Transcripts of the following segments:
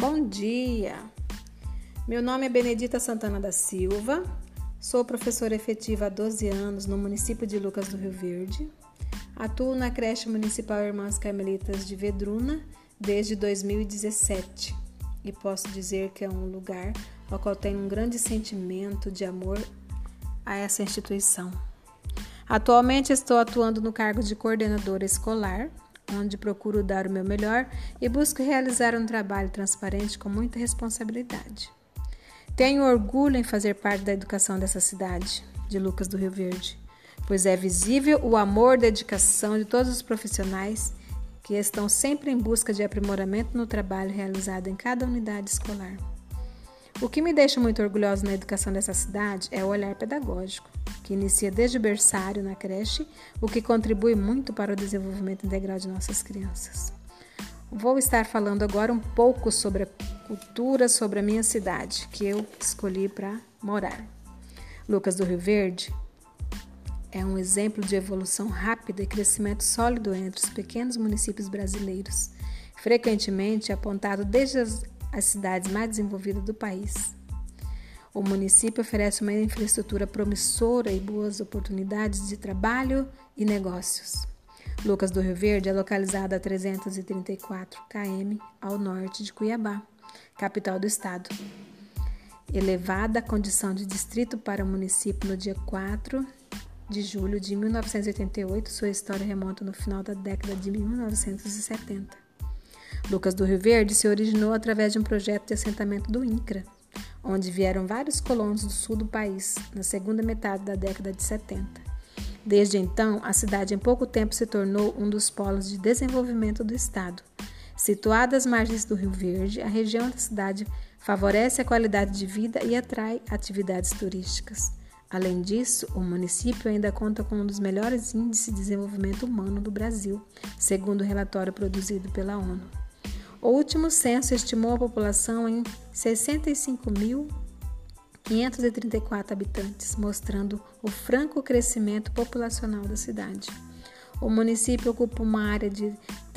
Bom dia! Meu nome é Benedita Santana da Silva, sou professora efetiva há 12 anos no município de Lucas do Rio Verde. Atuo na creche municipal Irmãs Carmelitas de Vedruna desde 2017 e posso dizer que é um lugar ao qual tenho um grande sentimento de amor a essa instituição. Atualmente estou atuando no cargo de coordenadora escolar, onde procuro dar o meu melhor e busco realizar um trabalho transparente com muita responsabilidade. Tenho orgulho em fazer parte da educação dessa cidade, de Lucas do Rio Verde, pois é visível o amor e dedicação de todos os profissionais que estão sempre em busca de aprimoramento no trabalho realizado em cada unidade escolar. O que me deixa muito orgulhosa na educação dessa cidade é o olhar pedagógico, que inicia desde o berçário na creche, o que contribui muito para o desenvolvimento integral de nossas crianças. Vou estar falando agora um pouco sobre a cultura, sobre a minha cidade, que eu escolhi para morar. Lucas do Rio Verde é um exemplo de evolução rápida e crescimento sólido entre os pequenos municípios brasileiros, frequentemente apontado desde as cidades mais desenvolvidas do país. O município oferece uma infraestrutura promissora e boas oportunidades de trabalho e negócios. Lucas do Rio Verde é localizado a 334 km ao norte de Cuiabá, capital do estado. Elevada à condição de distrito para o município no dia 4 de julho de 1988, sua história remonta no final da década de 1970. Lucas do Rio Verde se originou através de um projeto de assentamento do INCRA, onde vieram vários colonos do sul do país, na segunda metade da década de 70. Desde então, a cidade em pouco tempo se tornou um dos polos de desenvolvimento do estado. Situada às margens do Rio Verde, a região da cidade favorece a qualidade de vida e atrai atividades turísticas. Além disso, o município ainda conta com um dos melhores índices de desenvolvimento humano do Brasil, segundo o relatório produzido pela ONU. O último censo estimou a população em 65.534 habitantes, mostrando o franco crescimento populacional da cidade. O município ocupa uma área de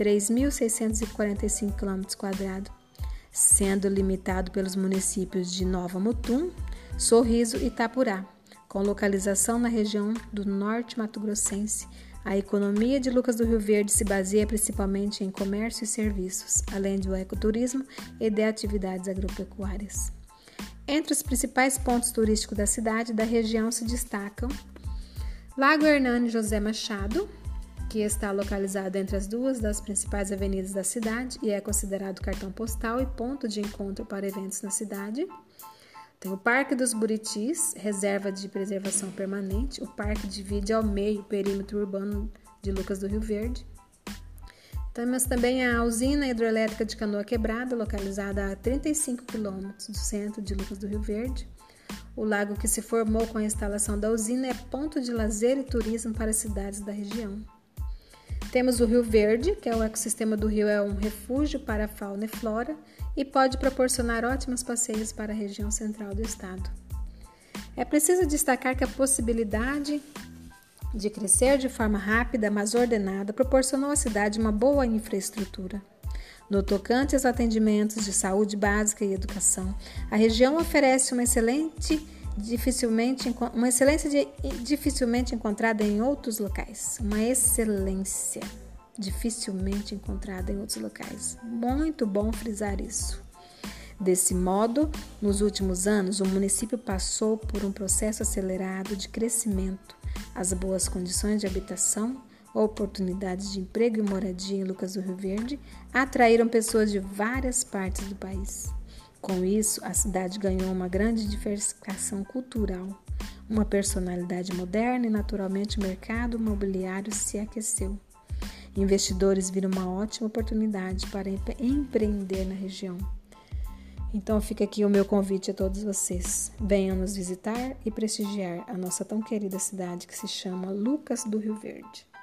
3.645 km², sendo limitado pelos municípios de Nova Mutum, Sorriso e Itapurá, com localização na região do Norte Mato-Grossense. A economia de Lucas do Rio Verde se baseia principalmente em comércio e serviços, além do ecoturismo e de atividades agropecuárias. Entre os principais pontos turísticos da cidade e da região se destacam Lago Hernani José Machado, que está localizado entre as duas das principais avenidas da cidade e é considerado cartão postal e ponto de encontro para eventos na cidade. Tem o Parque dos Buritis, reserva de preservação permanente. O parque divide ao meio o perímetro urbano de Lucas do Rio Verde. Temos também a usina hidrelétrica de Canoa Quebrada, localizada a 35 km do centro de Lucas do Rio Verde. O lago que se formou com a instalação da usina é ponto de lazer e turismo para as cidades da região. Temos o Rio Verde, que é o ecossistema do rio, é um refúgio para a fauna e flora e pode proporcionar ótimos passeios para a região central do estado. É preciso destacar que a possibilidade de crescer de forma rápida, mas ordenada, proporcionou à cidade uma boa infraestrutura. No tocante aos atendimentos de saúde básica e educação, a região oferece uma excelência dificilmente encontrada em outros locais. Muito bom frisar isso. Desse modo, nos últimos anos, o município passou por um processo acelerado de crescimento. As boas condições de habitação, oportunidades de emprego e moradia em Lucas do Rio Verde atraíram pessoas de várias partes do país. Com isso, a cidade ganhou uma grande diversificação cultural, uma personalidade moderna e, naturalmente, o mercado imobiliário se aqueceu. Investidores viram uma ótima oportunidade para empreender na região. Então, fica aqui o meu convite a todos vocês. Venham nos visitar e prestigiar a nossa tão querida cidade que se chama Lucas do Rio Verde.